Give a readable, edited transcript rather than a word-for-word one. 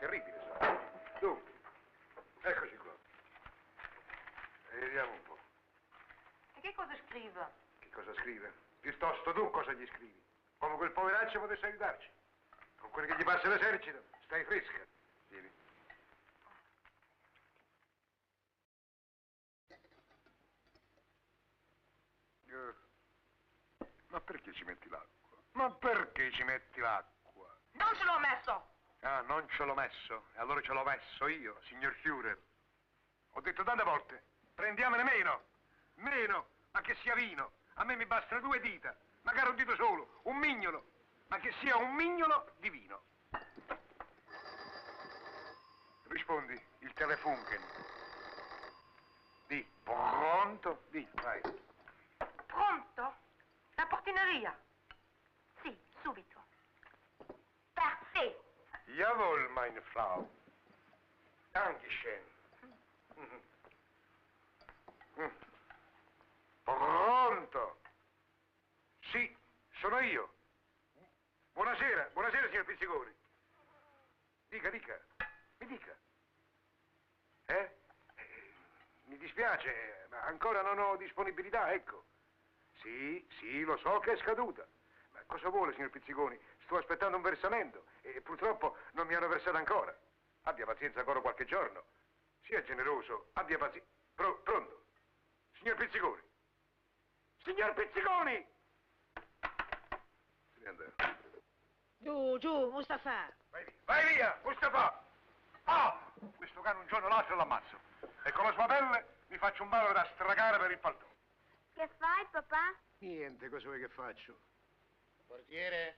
terribile, sai. Dunque, eccoci qua. E vediamo un po'. E che cosa scrive? Che cosa scrive? Piuttosto tu cosa gli scrivi? Come quel poveraccio potesse aiutarci. Con quelli che gli passa l'esercito, stai fresca. Vieni. Ma perché ci metti l'acqua? Ma perché ci metti l'acqua? Non ce l'ho messo! Ah, non ce l'ho messo? E allora ce l'ho messo io, signor Führer. Ho detto tante volte, prendiamone meno. Meno, ma che sia vino. A me mi bastano 2 dita. Magari un dito solo, un mignolo. Ma che sia un mignolo di vino. Rispondi, il telefunken. Di, pronto? Di, vai. Pronto? La portineria? Sì, subito. Perfetto. Jawohl, meine Frau. Dankeschön. Pronto? Sì, sono io. Buonasera, buonasera signor Pizziconi. Dica, dica, mi dica. Mi dispiace, ma ancora non ho disponibilità, ecco. Sì, sì, lo so che è scaduta. Ma cosa vuole, signor Pizziconi? Sto aspettando un versamento e purtroppo non mi hanno versato ancora. Abbia pazienza ancora qualche giorno. Sia generoso, abbia pazienza. Pronto? Signor Pizziconi? Signor Pizziconi! Se ne andare. Giù, Mustafa. Vai via, Mustafa! Ah! Questo cane un giorno o l'altro l'ammazzo. E con la sua pelle mi faccio un ballo da stragare per il paltone. Che fai, papà? Niente, cosa vuoi che faccio? Portiere?